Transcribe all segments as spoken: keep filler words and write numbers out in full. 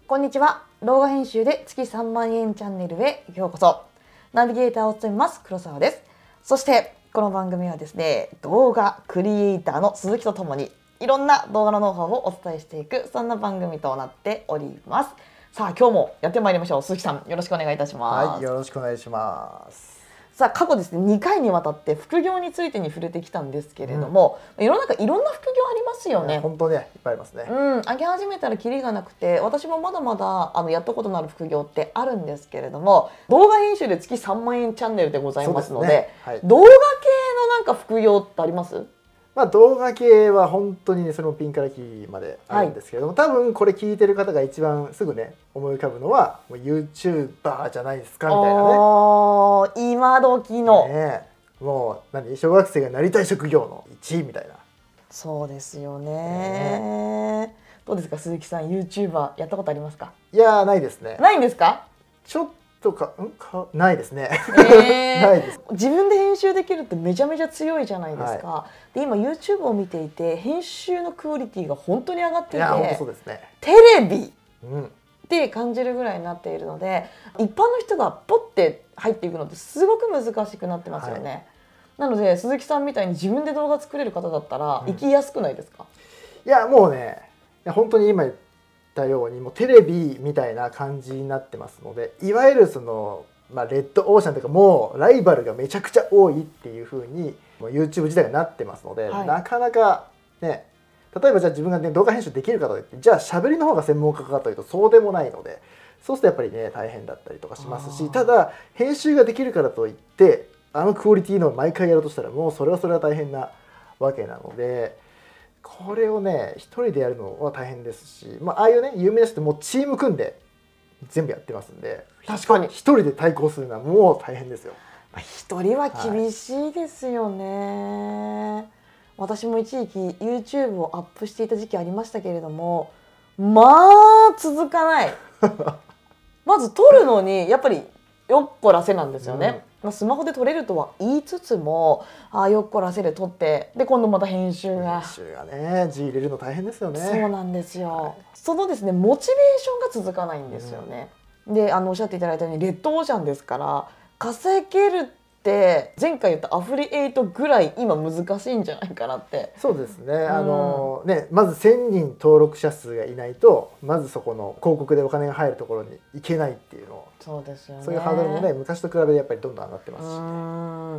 こんにちは。動画編集で月さんまんえんチャンネルへようこそ。ナビゲーターを務めます黒沢です。そしてこの番組はですね、動画クリエイターの鈴木とともにいろんな動画のノウハウをお伝えしていく、そんな番組となっております。さあ今日もやってまいりましょう。鈴木さんよろしくお願いいたします。 はい、よろしくお願いします。 さあ過去ですねにかいにわたって副業についてに触れてきたんですけれども、うん、世の中いろんな副業ありますよね。 本当ね、いっぱいありますね。 うん、上げ始めたらキリがなくて、私もまだまだあのやったことのある副業ってあるんですけれども、動画編集で月さんまんえんチャンネルでございますので、 ね、はい、 動画系のなんか副業ってあります？ まあ動画系は本当にね、それもピンからキリまであるんですけれども、はい、多分これ聞いてる方が一番すぐね思い浮かぶのはもう YouTuber じゃないですかみたいなね。 おー、今時の、 ね、もう何小学生がなりたい職業のいちいみたいな。 そうですよね。ね、どうですか鈴木さん、 YouTuber やったことありますか？ いやーないですね。 ないんですか？ ちょっとかんかないですね。 えー、 ないです。 自分で編集できるってめちゃめちゃ強いじゃないですか。はい、で今 YouTube を見ていて編集のクオリティが本当に上がっていて、いや本当そうですね、 テレビ、 うんって感じるぐらいになっているので、一般の人がポッて入っていくのってすごく難しくなってますよね。はい、なので鈴木さんみたいに自分で動画作れる方だったら行きやすくないですか？ うん、いやもうね本当に今言ったようにもうテレビみたいな感じになってますので、いわゆるその、まあ、レッドオーシャンというかもうライバルがめちゃくちゃ多いっていう風にもう YouTube 自体がなってますので、はい、なかなかね、例えばじゃあ自分が、ね、動画編集できるかといってじゃあ喋りの方が専門家かというとそうでもないので、そうするとやっぱりね大変だったりとかしますし、ただ編集ができるからといってあのクオリティのを毎回やろうとしたらもうそれはそれは大変なわけなので、これをね一人でやるのは大変ですし、まあああいうね有名な人ってもうチーム組んで全部やってますんで、 確かに一人で対抗するのはもう大変ですよ。 一人は厳しいですよね。はい、私も一時期 YouTube をアップしていた時期ありましたけれども、まあ続かない。まず撮るのにやっぱりよっこらせなんですよね。うん、まあスマホで撮れるとは言いつつも、ああよっこらせで撮って、で今度また編集が編集がね字入れるの大変ですよね。 そうなんですよ。はい、そのですねモチベーションが続かないんですよね。うん、であのおっしゃっていただいたようにレッドオーシャンですから稼げるって前回言ったアフリエイトぐらい今難しいんじゃないかなって。 そうですね、うん、あのねまずせんにん登録者数がいないとまずそこの広告でお金が入るところに行けないっていうのを、 そうですよね、 そういうハードルもね昔と比べてやっぱりどんどん上がってますし、 うん、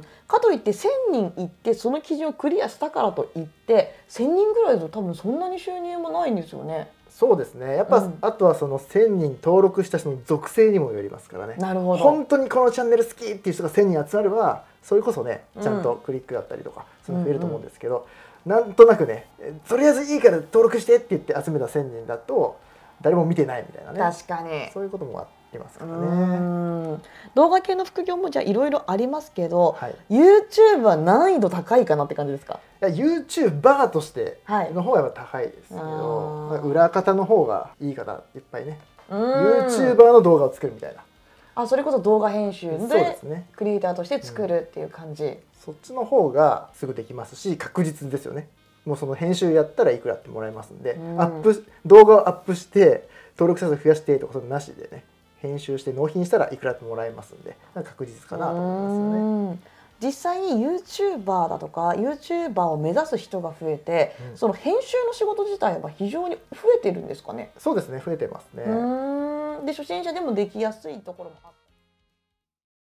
かといってせんにん行ってその基準をクリアしたからといってせんにんぐらいだと多分そんなに収入もないんですよね。 そうですね、やっぱ、うん、あとはそのせんにん登録した人の属性にもよりますからね。なるほど、本当にこのチャンネル好きっていう人がせんにん集まればそれこそねちゃんとクリックだったりとか、うん、そういうの増えると思うんですけど、うんうん、なんとなくねとりあえずいいから登録してって言って集めたせんにんだと誰も見てないみたいなね、 確かにそういうこともありますからね。 動画系の副業もじゃあいろいろありますけど、はい、YouTube は難易度高いかなって感じですか？ いや YouTuber としての方がやっぱ高いですけど、はい、裏方の方がいい方いっぱいね YouTuber の動画を作るみたいな、 あそれこそ動画編集でクリエイターとして作るっていう感じ、うん、 そっちの方がすぐできますし確実ですよね。もうその編集やったらいくらってもらえますんで、うん、アップ動画をアップして登録者数増やしてとかそれなしでね編集して納品したらいくらってもらえますんで確実かなと思いますよね。 実際に YouTuber だとか YouTuber を目指す人が増えて、うん、その編集の仕事自体は非常に増えてるんですかね？ そうですね、増えてますね。 うーんで初心者でもできやすいところもあって